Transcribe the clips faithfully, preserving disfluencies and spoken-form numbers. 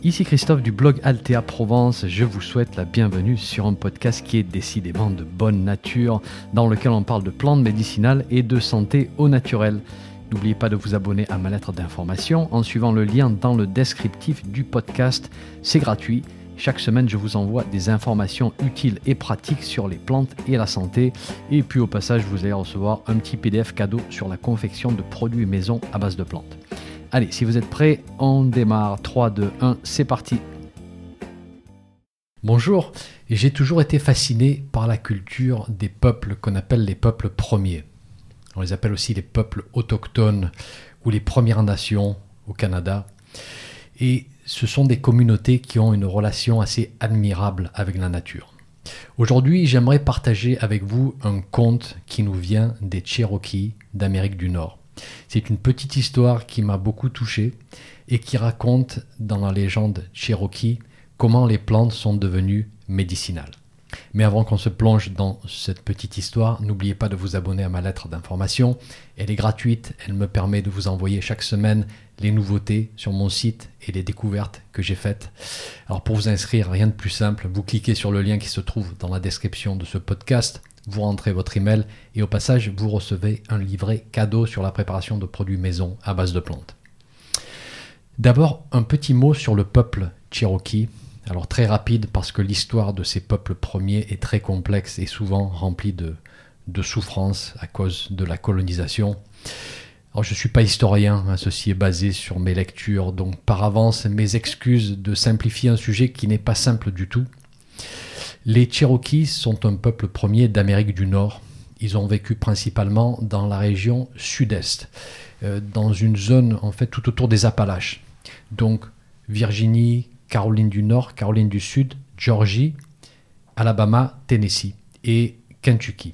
Ici Christophe du blog Altea Provence, je vous souhaite la bienvenue sur un podcast qui est décidément de bonne nature, dans lequel on parle de plantes médicinales et de santé au naturel. N'oubliez pas de vous abonner à ma lettre d'information en suivant le lien dans le descriptif du podcast, c'est gratuit. Chaque semaine, je vous envoie des informations utiles et pratiques sur les plantes et la santé. Et puis au passage, vous allez recevoir un petit P D F cadeau sur la confection de produits maison à base de plantes. Allez, si vous êtes prêts, on démarre. trois, deux, un, c'est parti. Bonjour, j'ai toujours été fasciné par la culture des peuples qu'on appelle les peuples premiers. On les appelle aussi les peuples autochtones ou les Premières Nations au Canada. Et ce sont des communautés qui ont une relation assez admirable avec la nature. Aujourd'hui, j'aimerais partager avec vous un conte qui nous vient des Cherokees d'Amérique du Nord. C'est une petite histoire qui m'a beaucoup touché et qui raconte dans la légende Cherokee comment les plantes sont devenues médicinales. Mais avant qu'on se plonge dans cette petite histoire, n'oubliez pas de vous abonner à ma lettre d'information. Elle est gratuite, elle me permet de vous envoyer chaque semaine les nouveautés sur mon site et les découvertes que j'ai faites. Alors pour vous inscrire, rien de plus simple, vous cliquez sur le lien qui se trouve dans la description de ce podcast, vous rentrez votre email et au passage, vous recevez un livret cadeau sur la préparation de produits maison à base de plantes. D'abord, un petit mot sur le peuple Cherokee. Alors très rapide parce que l'histoire de ces peuples premiers est très complexe et souvent remplie de, de souffrances à cause de la colonisation. Alors je ne suis pas historien, hein, ceci est basé sur mes lectures, donc par avance mes excuses de simplifier un sujet qui n'est pas simple du tout. Les Cherokees sont un peuple premier d'Amérique du Nord. Ils ont vécu principalement dans la région sud-est, euh, dans une zone en fait tout autour des Appalaches. Donc Virginie, Caroline du Nord, Caroline du Sud, Georgie, Alabama, Tennessee et Kentucky.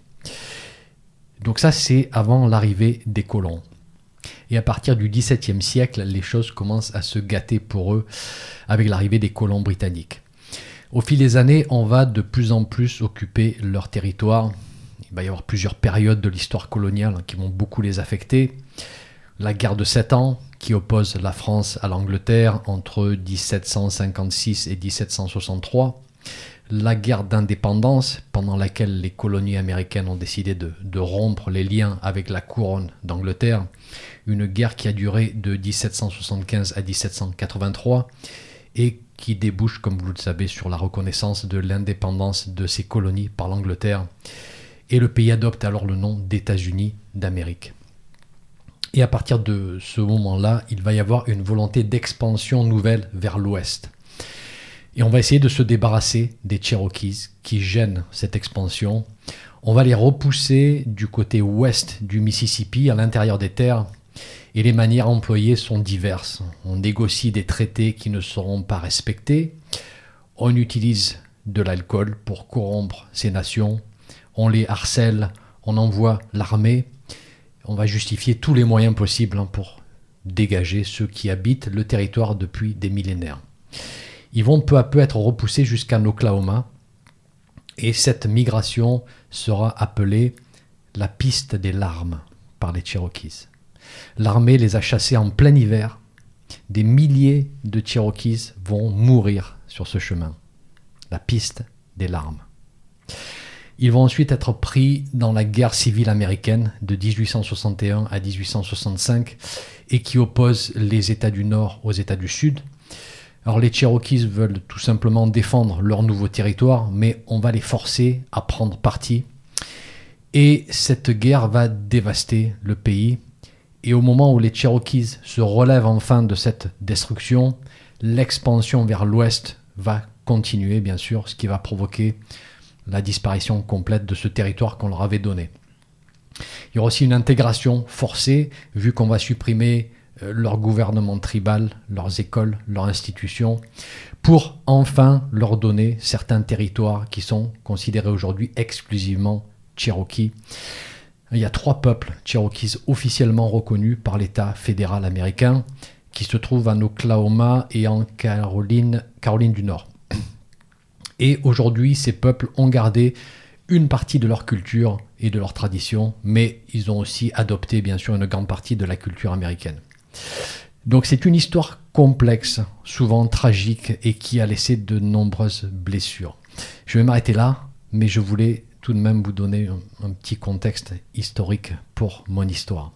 Donc ça, c'est avant l'arrivée des colons. Et à partir du dix-septième siècle, les choses commencent à se gâter pour eux avec l'arrivée des colons britanniques. Au fil des années, on va de plus en plus occuper leur territoire. Il va y avoir plusieurs périodes de l'histoire coloniale qui vont beaucoup les affecter. La guerre de Sept Ans, qui oppose la France à l'Angleterre entre dix-sept cent cinquante-six et dix-sept cent soixante-trois. La guerre d'indépendance, pendant laquelle les colonies américaines ont décidé de, de rompre les liens avec la couronne d'Angleterre. Une guerre qui a duré de dix-sept cent soixante-quinze à dix-sept cent quatre-vingt-trois et qui débouche, comme vous le savez, sur la reconnaissance de l'indépendance de ces colonies par l'Angleterre. Et le pays adopte alors le nom d'États-Unis d'Amérique. Et à partir de ce moment-là, il va y avoir une volonté d'expansion nouvelle vers l'ouest. Et on va essayer de se débarrasser des Cherokees qui gênent cette expansion. On va les repousser du côté ouest du Mississippi, à l'intérieur des terres. Et les manières employées sont diverses. On négocie des traités qui ne seront pas respectés. On utilise de l'alcool pour corrompre ces nations. On les harcèle, on envoie l'armée. On va justifier tous les moyens possibles pour dégager ceux qui habitent le territoire depuis des millénaires. Ils vont peu à peu être repoussés jusqu'en Oklahoma. Et cette migration sera appelée la piste des larmes par les Cherokees. L'armée les a chassés en plein hiver. Des milliers de Cherokees vont mourir sur ce chemin. La piste des larmes. Ils vont ensuite être pris dans la guerre civile américaine de dix-huit cent soixante et un à dix-huit cent soixante-cinq et qui oppose les États du Nord aux États du Sud. Alors les Cherokees veulent tout simplement défendre leur nouveau territoire, mais on va les forcer à prendre parti. Et cette guerre va dévaster le pays. Et au moment où les Cherokees se relèvent enfin de cette destruction, l'expansion vers l'ouest va continuer, bien sûr, ce qui va provoquer la disparition complète de ce territoire qu'on leur avait donné. Il y aura aussi une intégration forcée, vu qu'on va supprimer leur gouvernement tribal, leurs écoles, leurs institutions, pour enfin leur donner certains territoires qui sont considérés aujourd'hui exclusivement Cherokee. Il y a trois peuples Cherokees officiellement reconnus par l'État fédéral américain qui se trouvent en Oklahoma et en Caroline, Caroline du Nord. Et aujourd'hui, ces peuples ont gardé une partie de leur culture et de leur tradition, mais ils ont aussi adopté bien sûr une grande partie de la culture américaine. Donc c'est une histoire complexe, souvent tragique et qui a laissé de nombreuses blessures. Je vais m'arrêter là, mais je voulais tout de même vous donner un, un petit contexte historique pour mon histoire.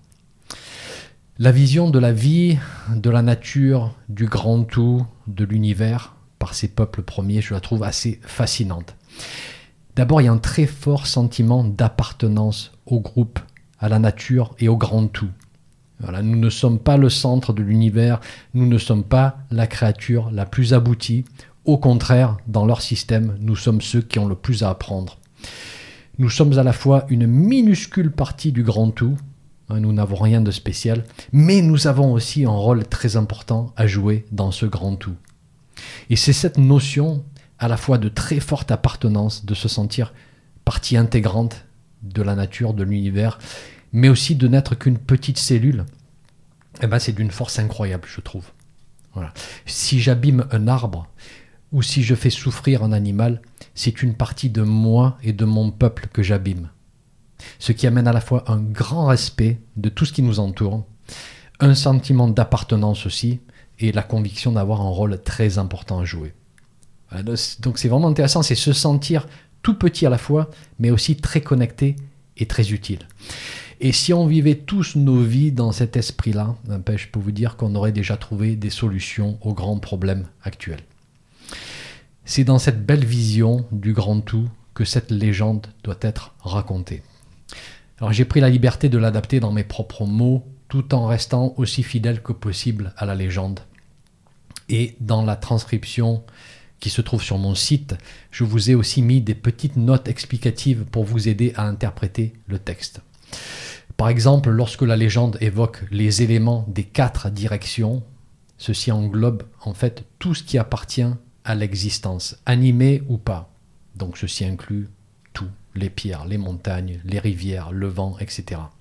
La vision de la vie, de la nature, du grand tout, de l'univers, par ces peuples premiers, je la trouve assez fascinante. D'abord, il y a un très fort sentiment d'appartenance au groupe, à la nature et au grand tout. Voilà, nous ne sommes pas le centre de l'univers, nous ne sommes pas la créature la plus aboutie. Au contraire, dans leur système, nous sommes ceux qui ont le plus à apprendre. Nous sommes à la fois une minuscule partie du grand tout, hein, nous n'avons rien de spécial, mais nous avons aussi un rôle très important à jouer dans ce grand tout. Et c'est cette notion à la fois de très forte appartenance, de se sentir partie intégrante de la nature, de l'univers, mais aussi de n'être qu'une petite cellule, eh ben c'est d'une force incroyable, je trouve. Voilà. Si j'abîme un arbre, ou si je fais souffrir un animal, c'est une partie de moi et de mon peuple que j'abîme. Ce qui amène à la fois un grand respect de tout ce qui nous entoure, un sentiment d'appartenance aussi, et la conviction d'avoir un rôle très important à jouer. Voilà. Donc c'est vraiment intéressant, c'est se sentir tout petit à la fois, mais aussi très connecté et très utile. Et si on vivait tous nos vies dans cet esprit-là, ben, je peux vous dire qu'on aurait déjà trouvé des solutions aux grands problèmes actuels. C'est dans cette belle vision du grand tout que cette légende doit être racontée. Alors j'ai pris la liberté de l'adapter dans mes propres mots, tout en restant aussi fidèle que possible à la légende. Et dans la transcription qui se trouve sur mon site, je vous ai aussi mis des petites notes explicatives pour vous aider à interpréter le texte. Par exemple, lorsque la légende évoque les éléments des quatre directions, ceci englobe en fait tout ce qui appartient à l'existence, animé ou pas. Donc ceci inclut tout, les pierres, les montagnes, les rivières, le vent, et cetera.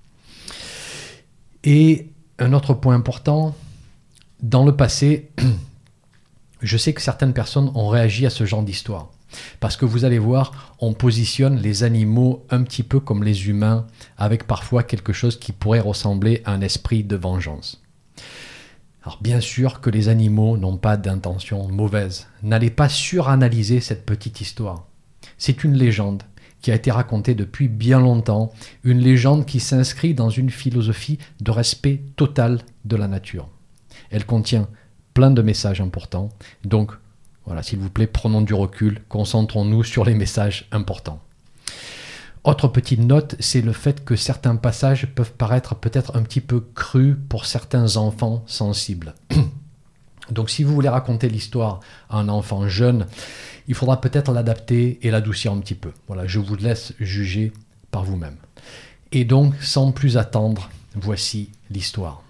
Et un autre point important, dans le passé, je sais que certaines personnes ont réagi à ce genre d'histoire. Parce que vous allez voir, on positionne les animaux un petit peu comme les humains, avec parfois quelque chose qui pourrait ressembler à un esprit de vengeance. Alors bien sûr que les animaux n'ont pas d'intention mauvaise. N'allez pas suranalyser cette petite histoire. C'est une légende qui a été racontée depuis bien longtemps, une légende qui s'inscrit dans une philosophie de respect total de la nature. Elle contient plein de messages importants, donc voilà, s'il vous plaît, prenons du recul, concentrons-nous sur les messages importants. Autre petite note, c'est le fait que certains passages peuvent paraître peut-être un petit peu crus pour certains enfants sensibles. Donc si vous voulez raconter l'histoire à un enfant jeune, il faudra peut-être l'adapter et l'adoucir un petit peu. Voilà, je vous laisse juger par vous-même. Et donc, sans plus attendre, voici l'histoire.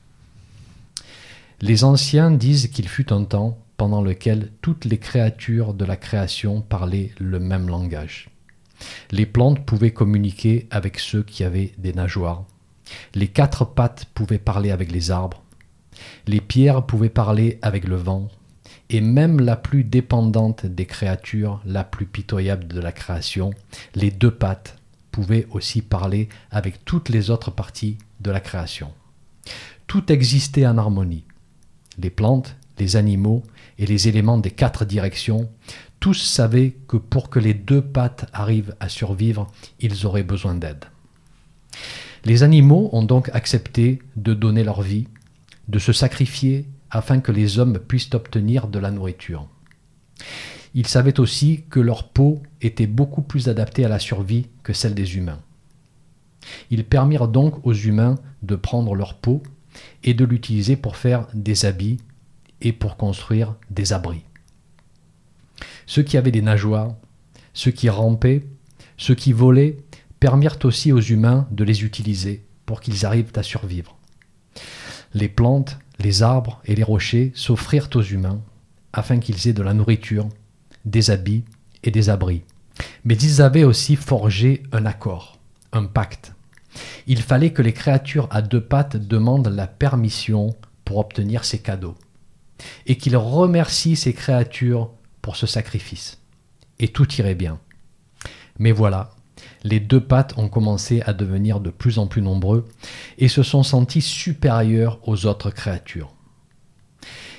Les anciens disent qu'il fut un temps pendant lequel toutes les créatures de la création parlaient le même langage. Les plantes pouvaient communiquer avec ceux qui avaient des nageoires. Les quatre pattes pouvaient parler avec les arbres. Les pierres pouvaient parler avec le vent. Et même la plus dépendante des créatures, la plus pitoyable de la création, les deux pattes, pouvaient aussi parler avec toutes les autres parties de la création. Tout existait en harmonie. Les plantes, les animaux et les éléments des quatre directions, tous savaient que pour que les deux pattes arrivent à survivre, ils auraient besoin d'aide. Les animaux ont donc accepté de donner leur vie, de se sacrifier afin que les hommes puissent obtenir de la nourriture. Ils savaient aussi que leur peau était beaucoup plus adaptée à la survie que celle des humains. Ils permirent donc aux humains de prendre leur peau et de l'utiliser pour faire des habits et pour construire des abris. Ceux qui avaient des nageoires, ceux qui rampaient, ceux qui volaient, permirent aussi aux humains de les utiliser pour qu'ils arrivent à survivre. Les plantes, les arbres et les rochers s'offrirent aux humains afin qu'ils aient de la nourriture, des habits et des abris. Mais ils avaient aussi forgé un accord, un pacte. Il fallait que les créatures à deux pattes demandent la permission pour obtenir ces cadeaux et qu'ils remercient ces créatures pour ce sacrifice. Et tout irait bien. Mais voilà, les deux pattes ont commencé à devenir de plus en plus nombreux et se sont sentis supérieurs aux autres créatures.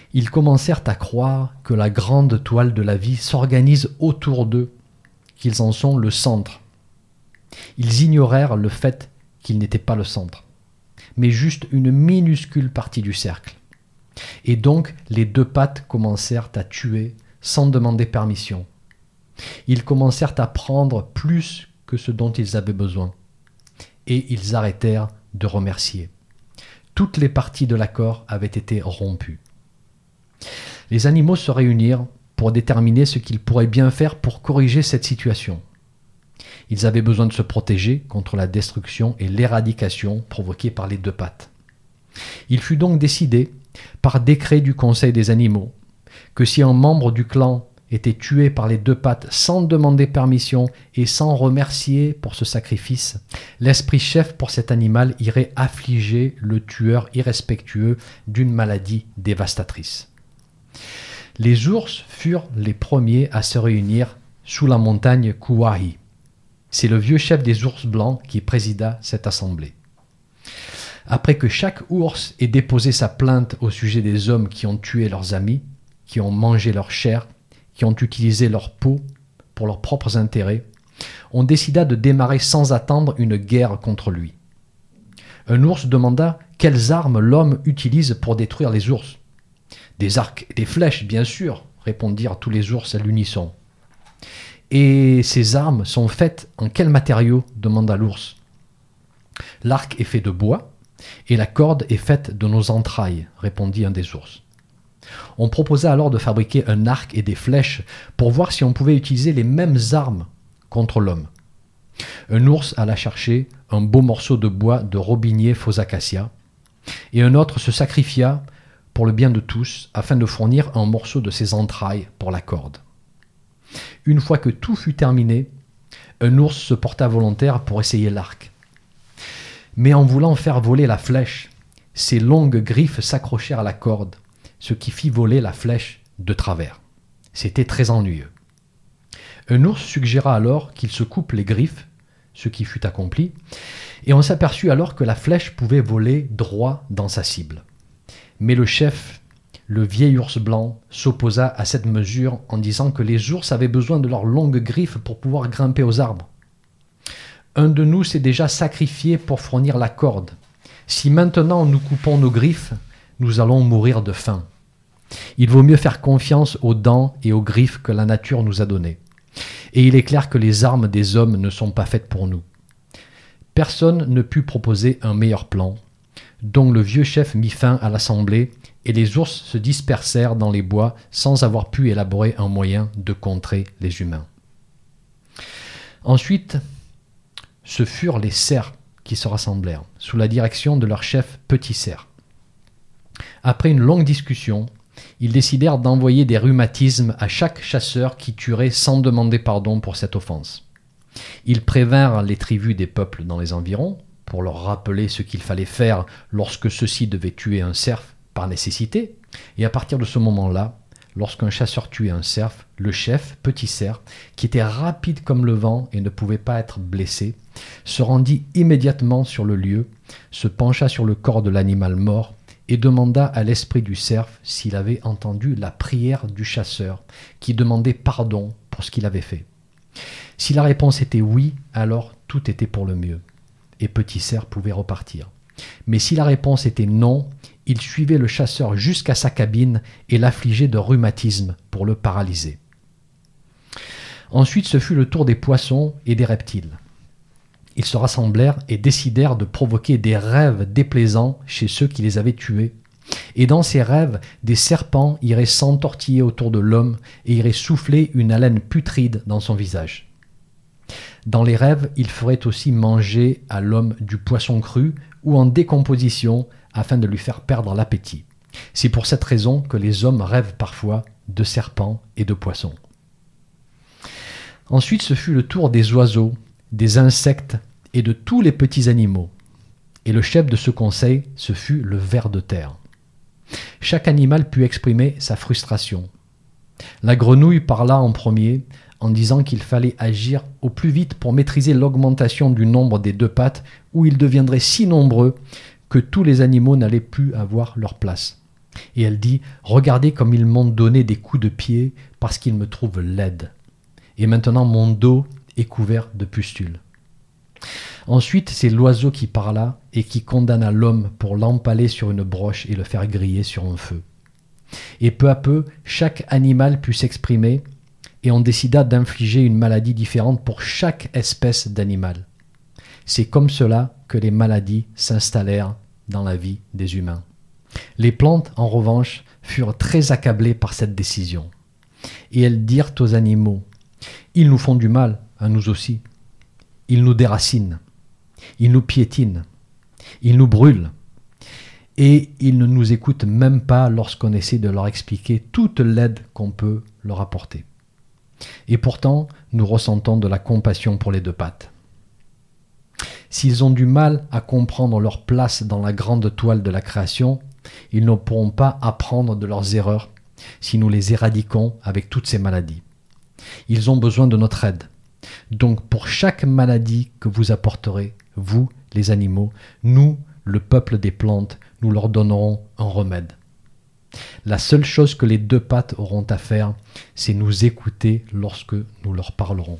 Ils commencèrent à croire que la grande toile de la vie s'organise autour d'eux, qu'ils en sont le centre. Ils ignorèrent le fait qu'ils n'étaient pas le centre, mais juste une minuscule partie du cercle. Et donc, les deux pattes commencèrent à tuer sans demander permission. Ils commencèrent à prendre plus que ce dont ils avaient besoin. Et ils arrêtèrent de remercier. Toutes les parties de l'accord avaient été rompues. Les animaux se réunirent pour déterminer ce qu'ils pourraient bien faire pour corriger cette situation. Ils avaient besoin de se protéger contre la destruction et l'éradication provoquées par les deux pattes. Il fut donc décidé, par décret du Conseil des animaux, que si un membre du clan était tué par les deux pattes sans demander permission et sans remercier pour ce sacrifice, l'esprit chef pour cet animal irait affliger le tueur irrespectueux d'une maladie dévastatrice. Les ours furent les premiers à se réunir sous la montagne Kauai. C'est le vieux chef des ours blancs qui présida cette assemblée. Après que chaque ours ait déposé sa plainte au sujet des hommes qui ont tué leurs amis, qui ont mangé leur chair, qui ont utilisé leur peau pour leurs propres intérêts, on décida de démarrer sans attendre une guerre contre lui. Un ours demanda quelles armes l'homme utilise pour détruire les ours. « Des arcs et des flèches, bien sûr », répondirent tous les ours à l'unisson. « Et ces armes sont faites en quel matériau ?» demanda l'ours. « L'arc est fait de bois et la corde est faite de nos entrailles », répondit un des ours. On proposa alors de fabriquer un arc et des flèches pour voir si on pouvait utiliser les mêmes armes contre l'homme. Un ours alla chercher un beau morceau de bois de robinier faux acacia et un autre se sacrifia pour le bien de tous afin de fournir un morceau de ses entrailles pour la corde. Une fois que tout fut terminé, un ours se porta volontaire pour essayer l'arc. Mais en voulant faire voler la flèche, ses longues griffes s'accrochèrent à la corde, ce qui fit voler la flèche de travers. C'était très ennuyeux. Un ours suggéra alors qu'il se coupe les griffes, ce qui fut accompli, et on s'aperçut alors que la flèche pouvait voler droit dans sa cible. Mais le chef, le vieil ours blanc, s'opposa à cette mesure en disant que les ours avaient besoin de leurs longues griffes pour pouvoir grimper aux arbres. Un de nous s'est déjà sacrifié pour fournir la corde. Si maintenant nous coupons nos griffes, nous allons mourir de faim. Il vaut mieux faire confiance aux dents et aux griffes que la nature nous a données. Et il est clair que les armes des hommes ne sont pas faites pour nous. Personne ne put proposer un meilleur plan. Donc le vieux chef mit fin à l'assemblée et les ours se dispersèrent dans les bois sans avoir pu élaborer un moyen de contrer les humains. Ensuite, ce furent les cerfs qui se rassemblèrent, sous la direction de leur chef Petit Cerf. Après une longue discussion, ils décidèrent d'envoyer des rhumatismes à chaque chasseur qui tuerait sans demander pardon pour cette offense. Ils prévinrent les tribus des peuples dans les environs, pour leur rappeler ce qu'il fallait faire lorsque ceux-ci devaient tuer un cerf par nécessité, et à partir de ce moment-là, lorsqu'un chasseur tuait un cerf, le chef, Petit Cerf, qui était rapide comme le vent et ne pouvait pas être blessé, se rendit immédiatement sur le lieu, se pencha sur le corps de l'animal mort et demanda à l'esprit du cerf s'il avait entendu la prière du chasseur qui demandait pardon pour ce qu'il avait fait. Si la réponse était oui, alors tout était pour le mieux et Petit Cerf pouvait repartir. Mais si la réponse était non, il suivait le chasseur jusqu'à sa cabine et l'affligeait de rhumatisme pour le paralyser. Ensuite, ce fut le tour des poissons et des reptiles. Ils se rassemblèrent et décidèrent de provoquer des rêves déplaisants chez ceux qui les avaient tués. Et dans ces rêves, des serpents iraient s'entortiller autour de l'homme et iraient souffler une haleine putride dans son visage. Dans les rêves, ils feraient aussi manger à l'homme du poisson cru ou en décomposition afin de lui faire perdre l'appétit. C'est pour cette raison que les hommes rêvent parfois de serpents et de poissons. Ensuite, ce fut le tour des oiseaux, des insectes et de tous les petits animaux. Et le chef de ce conseil, ce fut le ver de terre. Chaque animal put exprimer sa frustration. La grenouille parla en premier en disant qu'il fallait agir au plus vite pour maîtriser l'augmentation du nombre des deux pattes où ils deviendraient si nombreux que tous les animaux n'allaient plus avoir leur place. Et elle dit « Regardez comme ils m'ont donné des coups de pied parce qu'ils me trouvent laide. Et maintenant mon dos est couvert de pustules. » Ensuite, c'est l'oiseau qui parla et qui condamna l'homme pour l'empaler sur une broche et le faire griller sur un feu. Et peu à peu, chaque animal put s'exprimer et on décida d'infliger une maladie différente pour chaque espèce d'animal. C'est comme cela que les maladies s'installèrent dans la vie des humains. Les plantes, en revanche, furent très accablées par cette décision. Et elles dirent aux animaux « Ils nous font du mal, à nous aussi. Ils nous déracinent. Ils nous piétinent. Ils nous brûlent. Et ils ne nous écoutent même pas lorsqu'on essaie de leur expliquer toute l'aide qu'on peut leur apporter. Et pourtant, nous ressentons de la compassion pour les deux pattes. S'ils ont du mal à comprendre leur place dans la grande toile de la création, ils ne pourront pas apprendre de leurs erreurs si nous les éradiquons avec toutes ces maladies. Ils ont besoin de notre aide. Donc pour chaque maladie que vous apporterez, vous, les animaux, nous, le peuple des plantes, nous leur donnerons un remède. La seule chose que les deux pattes auront à faire, c'est nous écouter lorsque nous leur parlerons.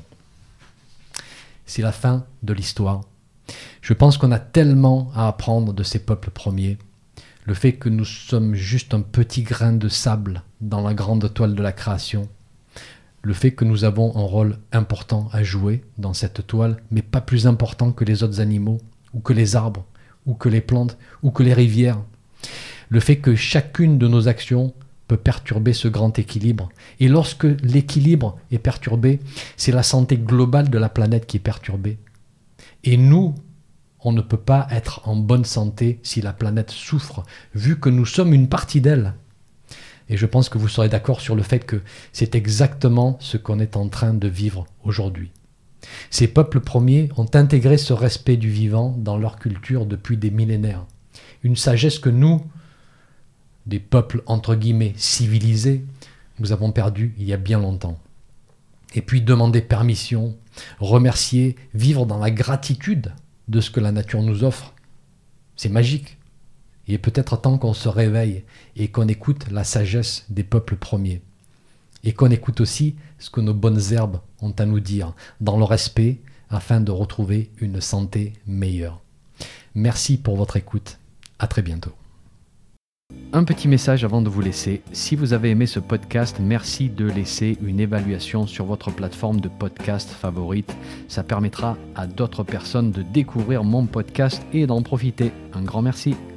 C'est la fin de l'histoire. Je pense qu'on a tellement à apprendre de ces peuples premiers. Le fait que nous sommes juste un petit grain de sable dans la grande toile de la création. Le fait que nous avons un rôle important à jouer dans cette toile, mais pas plus important que les autres animaux, ou que les arbres, ou que les plantes, ou que les rivières. Le fait que chacune de nos actions peut perturber ce grand équilibre. Et lorsque l'équilibre est perturbé, c'est la santé globale de la planète qui est perturbée. Et nous, on ne peut pas être en bonne santé si la planète souffre, vu que nous sommes une partie d'elle. Et je pense que vous serez d'accord sur le fait que c'est exactement ce qu'on est en train de vivre aujourd'hui. Ces peuples premiers ont intégré ce respect du vivant dans leur culture depuis des millénaires. Une sagesse que nous, des peuples entre guillemets civilisés, nous avons perdue il y a bien longtemps. Et puis demander permission, remercier, vivre dans la gratitude de ce que la nature nous offre, c'est magique. Il est peut-être temps qu'on se réveille et qu'on écoute la sagesse des peuples premiers. Et qu'on écoute aussi ce que nos bonnes herbes ont à nous dire, dans le respect, afin de retrouver une santé meilleure. Merci pour votre écoute. À très bientôt. Un petit message avant de vous laisser. Si vous avez aimé ce podcast, merci de laisser une évaluation sur votre plateforme de podcast favorite. Ça permettra à d'autres personnes de découvrir mon podcast et d'en profiter. Un grand merci.